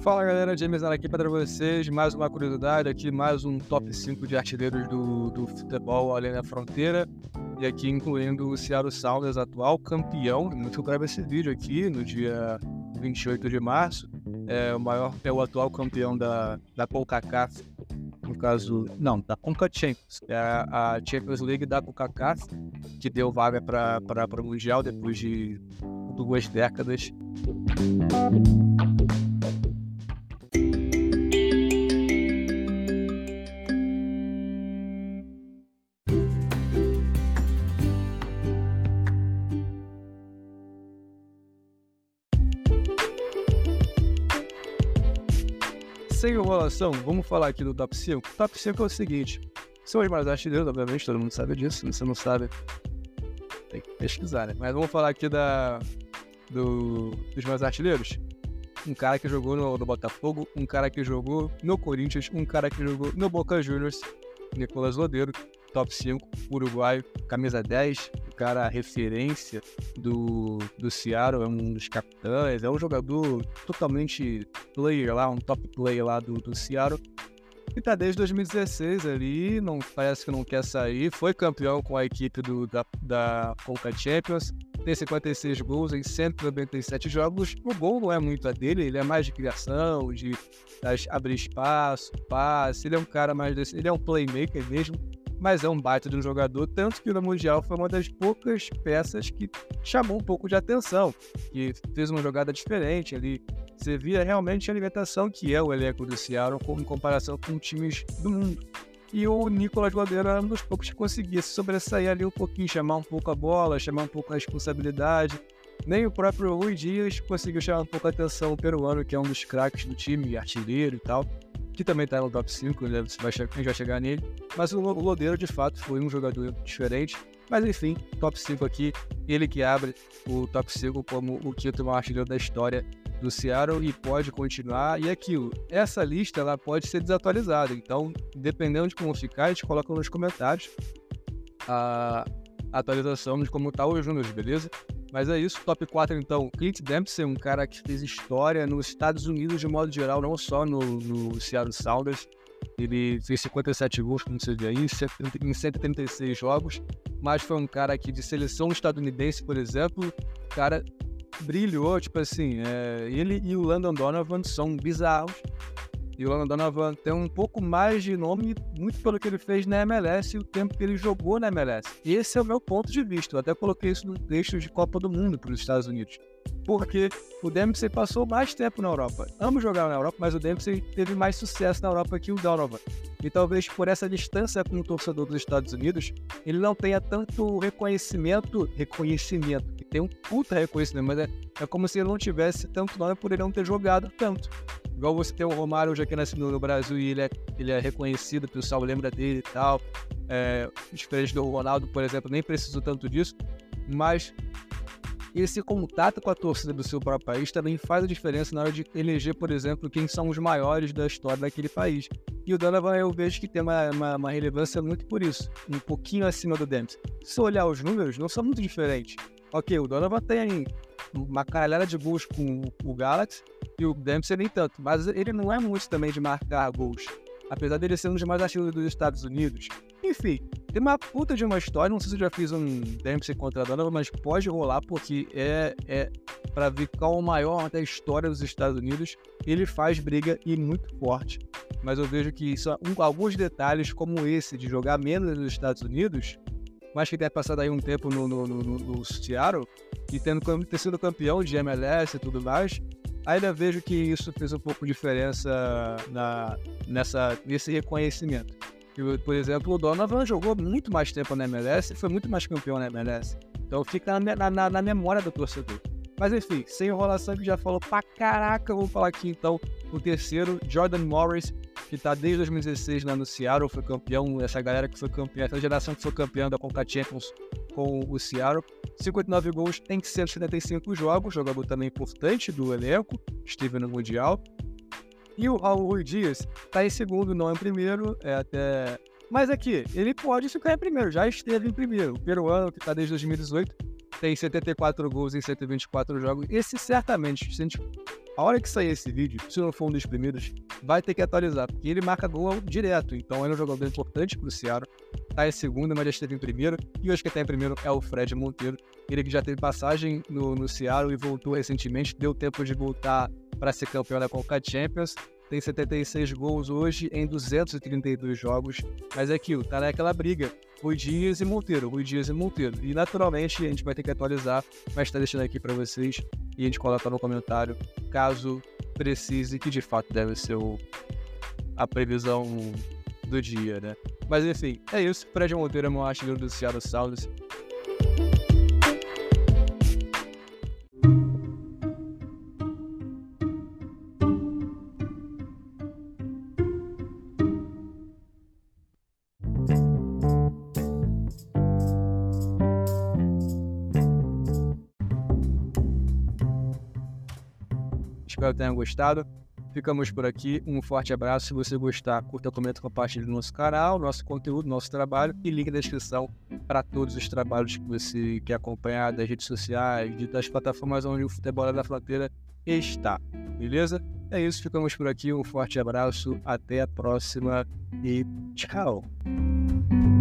Fala galera, James aqui para vocês, mais uma curiosidade aqui, mais um top 5 de artilheiros do futebol além da fronteira, e aqui incluindo o Seattle Sounders, atual campeão. Muito breve esse vídeo aqui, no dia 28 de março, é o atual campeão da CONCACAF, no caso, não, da CONCACHAMPIONS, é a Champions League da CONCACAF, que deu vaga para o Mundial depois de 2 décadas. Sem enrolação, vamos falar aqui do top 5. O top 5 é o seguinte: são os mais artilheiros, obviamente, todo mundo sabe disso. Se você não sabe, tem que pesquisar, né? Mas vamos falar aqui dos mais artilheiros. Um cara que jogou no Botafogo, um cara que jogou no Corinthians, um cara que jogou no Boca Juniors, Nicolás Lodeiro, top 5, uruguaio, camisa 10, o cara referência do Seattle, é um dos capitães, é um jogador totalmente player lá, um top player lá do Seattle. E tá desde 2016 ali, parece que não quer sair, foi campeão com a equipe da CONCACHAMPIONS, tem 56 gols em 197 jogos. O gol não é muito a dele, ele é mais de criação, de abrir espaço, passe, ele é um cara mais desse, ele é um playmaker mesmo, mas é um baita de um jogador, tanto que no Mundial foi uma das poucas peças que chamou um pouco de atenção, que fez uma jogada diferente ali. Você via realmente a alimentação que é o elenco do Seattle em comparação com times do mundo. E o Nicolás Lodeiro era um dos poucos que conseguia se sobressair ali um pouquinho, chamar um pouco a bola, chamar um pouco a responsabilidade. Nem o próprio Rui Dias conseguiu chamar um pouco a atenção, o peruano, que é um dos craques do time, artilheiro e tal, que também está no top 5, a gente vai chegar nele. Mas o Lodeiro, de fato, foi um jogador diferente. Mas enfim, top 5 aqui, ele que abre o top 5 como o quinto maior artilheiro da história do Seattle e pode continuar. E aquilo, essa lista ela pode ser desatualizada, então dependendo de como ficar, a gente coloca nos comentários a atualização de como tá os números, beleza? Mas é isso, top 4 então, Clint Dempsey, um cara que fez história nos Estados Unidos de modo geral, não só no Seattle Sounders. Ele fez 57 gols, como você vê aí, em 136 jogos, mas foi um cara que de seleção estadunidense, por exemplo, cara brilhou, tipo assim, ele e o Landon Donovan são bizarros, e o Landon Donovan tem um pouco mais de nome, muito pelo que ele fez na MLS e o tempo que ele jogou na MLS. Esse é o meu ponto de vista, eu até coloquei isso no texto de Copa do Mundo para os Estados Unidos, porque o Dempsey passou mais tempo na Europa. Ambos jogaram na Europa, mas o Dempsey teve mais sucesso na Europa que o Donovan. E talvez por essa distância com o torcedor dos Estados Unidos, ele não tenha tanto reconhecimento, que tem um puta reconhecimento, mas é como se ele não tivesse tanto nome por ele não ter jogado tanto. Igual você tem o Romário hoje aqui no Brasil e ele é reconhecido, o pessoal lembra dele e tal. Diferente do Ronaldo, por exemplo, nem precisou tanto disso, mas esse contato com a torcida do seu próprio país também faz a diferença na hora de eleger, por exemplo, quem são os maiores da história daquele país. E o Donovan eu vejo que tem uma relevância muito por isso, um pouquinho acima do Dempsey. Se olhar os números, não são muito diferentes. Ok, o Donovan tem uma caralhada de gols com o Galaxy e o Dempsey nem tanto, mas ele não é muito também de marcar gols, apesar dele ser um dos mais artilheiros dos Estados Unidos. Enfim, tem uma puta de uma história, não sei se eu já fiz um Dempsey contra a Donovan, mas pode rolar porque é pra ver qual é o maior da história dos Estados Unidos. Ele faz briga e muito forte, mas eu vejo que alguns detalhes como esse de jogar menos nos Estados Unidos, mas que tenha passado aí um tempo no Seattle e ter sido campeão de MLS e tudo mais, ainda vejo que isso fez um pouco de diferença nesse reconhecimento. Por exemplo, o Donovan jogou muito mais tempo na MLS e foi muito mais campeão na MLS. Então fica na memória do torcedor. Mas enfim, sem enrolação, que já falou pra caraca, eu vou falar aqui então o terceiro, Jordan Morris, que tá desde 2016 lá no Seattle, foi campeão, essa galera que foi campeã, essa geração que foi campeã da CONCACHAMPIONS com o Seattle. 59 gols em 175 jogos, jogador também importante do elenco, esteve no Mundial. E o Rui Dias tá em segundo, não em primeiro, mas aqui, ele pode ficar em primeiro, já esteve em primeiro. O peruano, que tá desde 2018, tem 74 gols em 124 jogos. Esse certamente, se a gente A hora que sair esse vídeo, se não for um dos primeiros, vai ter que atualizar, porque ele marca gol direto. Então ele é um jogador importante pro Seattle. Tá em segunda, mas já esteve em primeiro. E hoje que tá em primeiro é o Fred Monteiro. Ele que já teve passagem no Seattle e voltou recentemente. Deu tempo de voltar para ser campeão da Conca Champions. Tem 76 gols hoje em 232 jogos. Mas é aquilo, tá naquela briga. Rui Dias e Monteiro. E naturalmente a gente vai ter que atualizar, mas tá deixando aqui para vocês e a gente coloca no comentário, caso precise, que de fato deve ser a previsão do dia, né? Mas enfim, é isso. Fred Monteiro é meu artilheiro do Seattle Sounders. Espero que tenham gostado. Ficamos por aqui. Um forte abraço. Se você gostar, curta, comenta, compartilhe no nosso canal, nosso conteúdo, nosso trabalho e link na descrição para todos os trabalhos que você quer acompanhar das redes sociais, das plataformas onde o Futebol da Fronteira está. Beleza? É isso. Ficamos por aqui. Um forte abraço. Até a próxima e tchau!